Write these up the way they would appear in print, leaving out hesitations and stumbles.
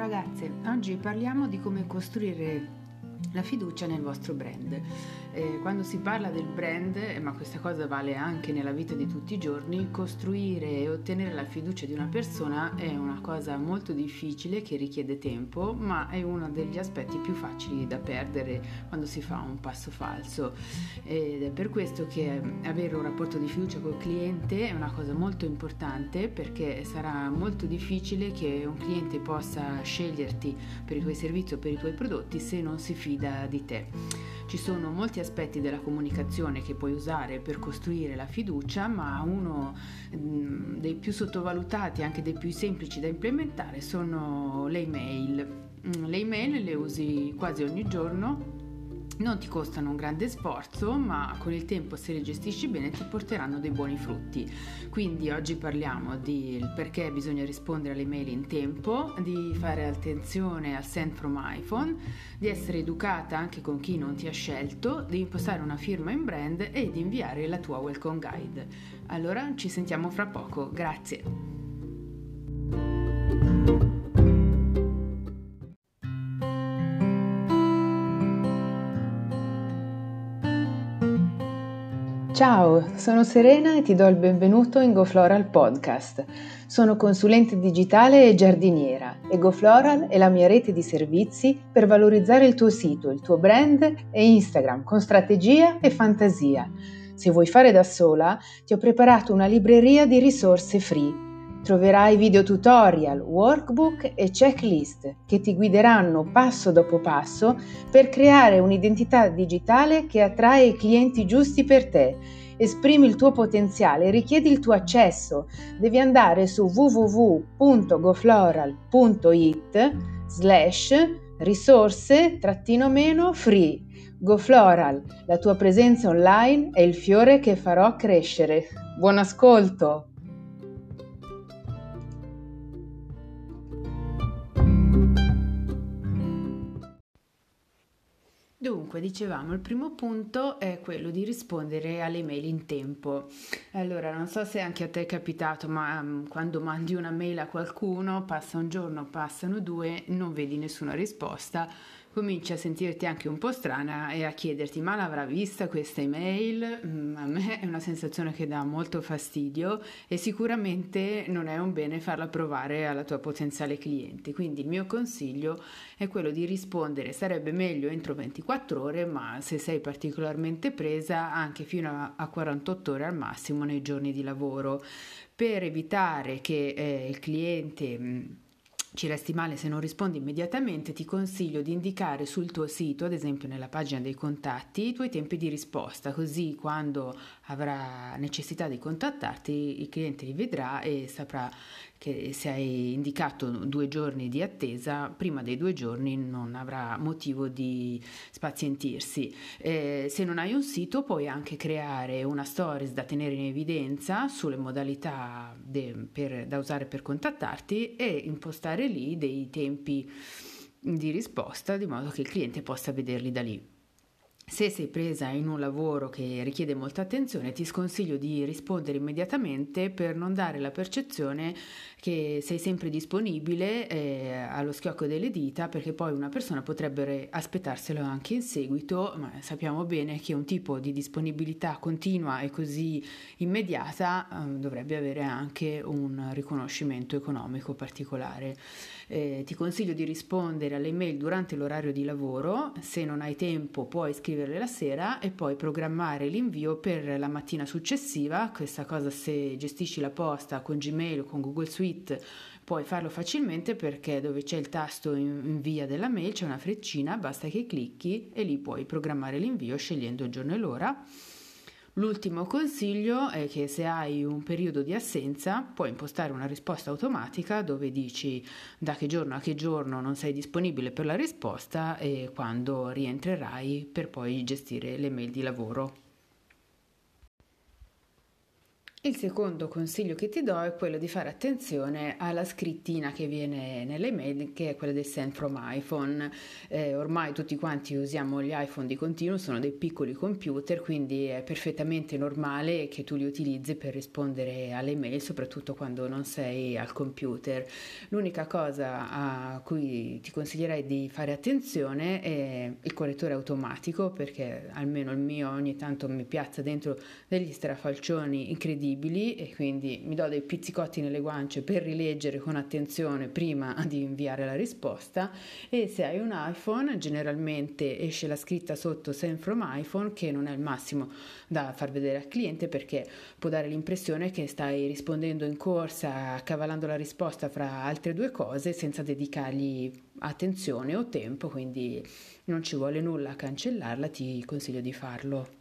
ragazze, oggi parliamo di come costruire la fiducia nel vostro brand. Quando si parla del brand, ma questa cosa vale anche nella vita di tutti i giorni, costruire e ottenere la fiducia di una persona è una cosa molto difficile che richiede tempo, ma è uno degli aspetti più facili da perdere quando si fa un passo falso. Ed è per questo che avere un rapporto di fiducia col cliente è una cosa molto importante, perché sarà molto difficile che un cliente possa sceglierti per i tuoi servizi o per i tuoi prodotti se non si fida di te. Ci sono molti aspetti della comunicazione che puoi usare per costruire la fiducia, ma uno dei più sottovalutati, anche dei più semplici da implementare, sono le email. Le email le usi quasi ogni giorno. Non ti costano un grande sforzo, ma con il tempo, se le gestisci bene, ti porteranno dei buoni frutti. Quindi oggi parliamo del perché bisogna rispondere alle mail in tempo, di fare attenzione al send from iPhone, di essere educata anche con chi non ti ha scelto, di impostare una firma in brand e di inviare la tua welcome guide. Allora ci sentiamo fra poco, grazie. Ciao, sono Serena e ti do il benvenuto in GoFloral Podcast. Sono consulente digitale e giardiniera e GoFloral è la mia rete di servizi per valorizzare il tuo sito, il tuo brand e Instagram con strategia e fantasia. Se vuoi fare da sola, ti ho preparato una libreria di risorse free. Troverai video tutorial, workbook e checklist che ti guideranno passo dopo passo per creare un'identità digitale che attrae i clienti giusti per te. Esprimi il tuo potenziale, richiedi il tuo accesso. Devi andare su www.gofloral.it/risorse-free. GoFloral, la tua presenza online è il fiore che farò crescere. Buon ascolto! Dunque, dicevamo, il primo punto è quello di rispondere alle mail in tempo. Allora, non so se anche a te è capitato, ma quando mandi una mail a qualcuno, passa un giorno, passano due, non vedi nessuna risposta, cominci a sentirti anche un po' strana e a chiederti: ma l'avrà vista questa email? A me è una sensazione che dà molto fastidio e sicuramente non è un bene farla provare alla tua potenziale cliente. Quindi il mio consiglio è quello di rispondere, sarebbe meglio entro 24 ore, ma se sei particolarmente presa anche fino a 48 ore al massimo nei giorni di lavoro, per evitare che il cliente ci resti male se non rispondi immediatamente. Ti consiglio di indicare sul tuo sito, ad esempio nella pagina dei contatti, i tuoi tempi di risposta, così quando avrà necessità di contattarti il cliente li vedrà e saprà che se hai indicato 2 giorni di attesa, prima dei 2 giorni non avrà motivo di spazientirsi. Se non hai un sito, puoi anche creare una stories da tenere in evidenza sulle modalità da usare per contattarti e impostare lì dei tempi di risposta, di modo che il cliente possa vederli da lì. Se sei presa in un lavoro che richiede molta attenzione, ti sconsiglio di rispondere immediatamente per non dare la percezione che sei sempre disponibile allo schiocco delle dita, perché poi una persona potrebbe aspettarselo anche in seguito, ma sappiamo bene che un tipo di disponibilità continua e così immediata dovrebbe avere anche un riconoscimento economico particolare. Ti consiglio di rispondere alle mail durante l'orario di lavoro. Se non hai tempo puoi scriverle la sera e poi programmare l'invio per la mattina successiva. Questa cosa, se gestisci la posta con Gmail o con Google Suite, puoi farlo facilmente, perché dove c'è il tasto invia della mail c'è una freccina, basta che clicchi e lì puoi programmare l'invio scegliendo il giorno e l'ora. L'ultimo consiglio è che se hai un periodo di assenza puoi impostare una risposta automatica dove dici da che giorno a che giorno non sei disponibile per la risposta e quando rientrerai, per poi gestire le mail di lavoro. Il secondo consiglio che ti do è quello di fare attenzione alla scrittina che viene nelle mail, che è quella del send from iPhone. Ormai tutti quanti usiamo gli iPhone di continuo, sono dei piccoli computer, quindi è perfettamente normale che tu li utilizzi per rispondere alle mail, soprattutto quando non sei al computer. L'unica cosa a cui ti consiglierei di fare attenzione è il correttore automatico, perché almeno il mio ogni tanto mi piazza dentro degli strafalcioni incredibili e quindi mi do dei pizzicotti nelle guance per rileggere con attenzione prima di inviare la risposta. E se hai un iPhone, generalmente esce la scritta sotto Send from iPhone, che non è il massimo da far vedere al cliente, perché può dare l'impressione che stai rispondendo in corsa, accavallando la risposta fra altre due cose senza dedicargli attenzione o tempo, quindi non ci vuole nulla a cancellarla, ti consiglio di farlo.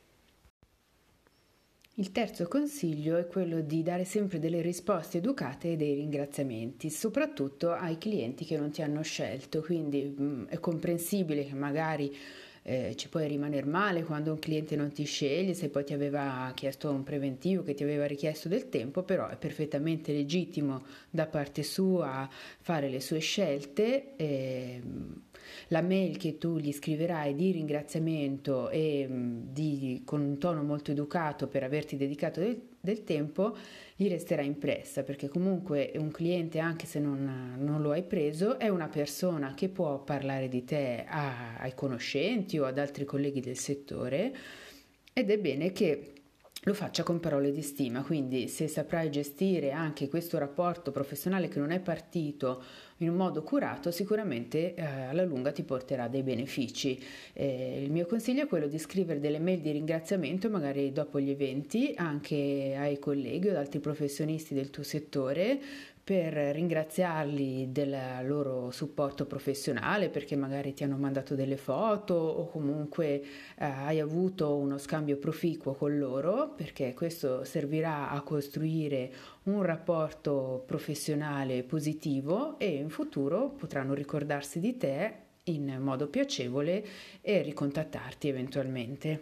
Il terzo consiglio è quello di dare sempre delle risposte educate e dei ringraziamenti, soprattutto ai clienti che non ti hanno scelto, quindi è comprensibile che magari ci puoi rimanere male quando un cliente non ti sceglie, se poi ti aveva chiesto un preventivo, che ti aveva richiesto del tempo, però è perfettamente legittimo da parte sua fare le sue scelte. La mail che tu gli scriverai di ringraziamento e con un tono molto educato per averti dedicato del tempo gli resterà impressa, perché comunque un cliente, anche se non lo hai preso, è una persona che può parlare di te ai conoscenti o ad altri colleghi del settore, ed è bene che lo faccia con parole di stima. Quindi se saprai gestire anche questo rapporto professionale che non è partito in un modo curato, sicuramente alla lunga ti porterà dei benefici. Il mio consiglio è quello di scrivere delle mail di ringraziamento magari dopo gli eventi anche ai colleghi o ad altri professionisti del tuo settore, per ringraziarli del loro supporto professionale, perché magari ti hanno mandato delle foto o comunque hai avuto uno scambio proficuo con loro, perché questo servirà a costruire un rapporto professionale positivo e in futuro potranno ricordarsi di te in modo piacevole e ricontattarti eventualmente.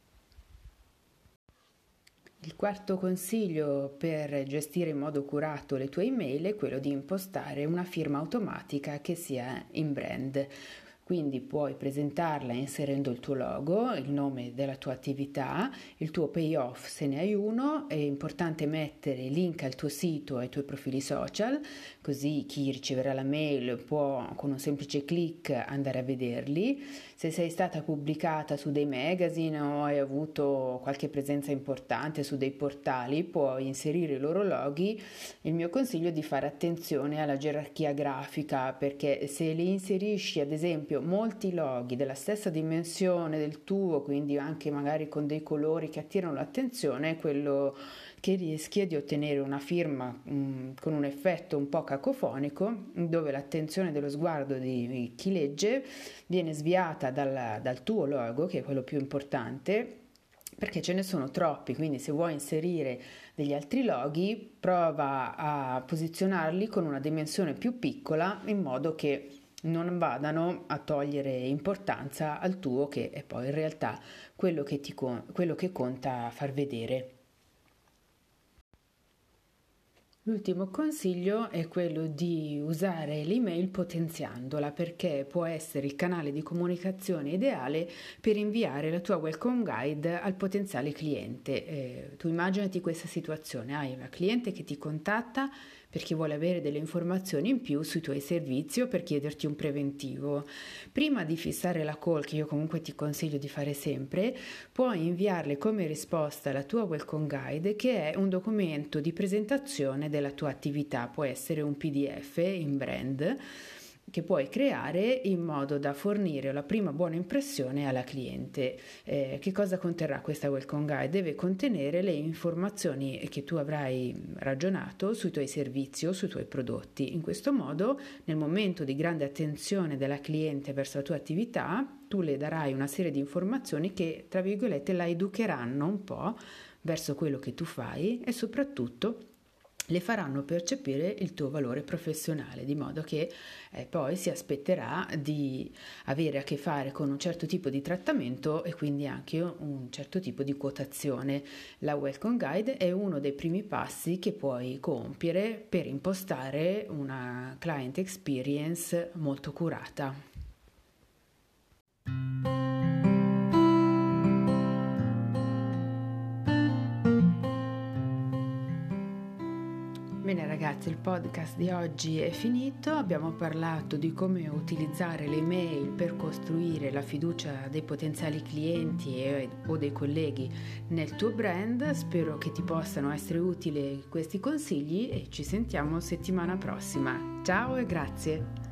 Il quarto consiglio per gestire in modo curato le tue email è quello di impostare una firma automatica che sia in brand. Quindi puoi presentarla inserendo il tuo logo, il nome della tua attività, il tuo payoff se ne hai uno. È importante mettere link al tuo sito e ai tuoi profili social, così chi riceverà la mail può con un semplice click andare a vederli. Se sei stata pubblicata su dei magazine o hai avuto qualche presenza importante su dei portali, puoi inserire i loro loghi. Il mio consiglio è di fare attenzione alla gerarchia grafica, perché se li inserisci, ad esempio, molti loghi della stessa dimensione del tuo, quindi anche magari con dei colori che attirano l'attenzione, quello che rischi è di ottenere una firma con un effetto un po' cacofonico, dove l'attenzione dello sguardo di chi legge viene sviata dal tuo logo, che è quello più importante, perché ce ne sono troppi. Quindi se vuoi inserire degli altri loghi, prova a posizionarli con una dimensione più piccola, in modo che non vadano a togliere importanza al tuo, che è poi in realtà quello che conta far vedere. L'ultimo consiglio è quello di usare l'email potenziandola, perché può essere il canale di comunicazione ideale per inviare la tua welcome guide al potenziale cliente. Tu immaginati questa situazione: hai una cliente che ti contatta perché vuole avere delle informazioni in più sui tuoi servizi o per chiederti un preventivo. Prima di fissare la call, che io comunque ti consiglio di fare sempre, puoi inviarle come risposta la tua welcome guide, che è un documento di presentazione della tua attività. Può essere un PDF in brand che puoi creare in modo da fornire la prima buona impressione alla cliente. Che cosa conterrà questa welcome guide? Deve contenere le informazioni che tu avrai ragionato sui tuoi servizi o sui tuoi prodotti. In questo modo, nel momento di grande attenzione della cliente verso la tua attività, tu le darai una serie di informazioni che, tra virgolette, la educheranno un po' verso quello che tu fai, e soprattutto le faranno percepire il tuo valore professionale, di modo che poi si aspetterà di avere a che fare con un certo tipo di trattamento e quindi anche un certo tipo di quotazione. La Welcome Guide è uno dei primi passi che puoi compiere per impostare una client experience molto curata. Bene ragazzi, il podcast di oggi è finito, abbiamo parlato di come utilizzare le email per costruire la fiducia dei potenziali clienti o dei colleghi nel tuo brand. Spero che ti possano essere utili questi consigli e ci sentiamo settimana prossima. Ciao e grazie!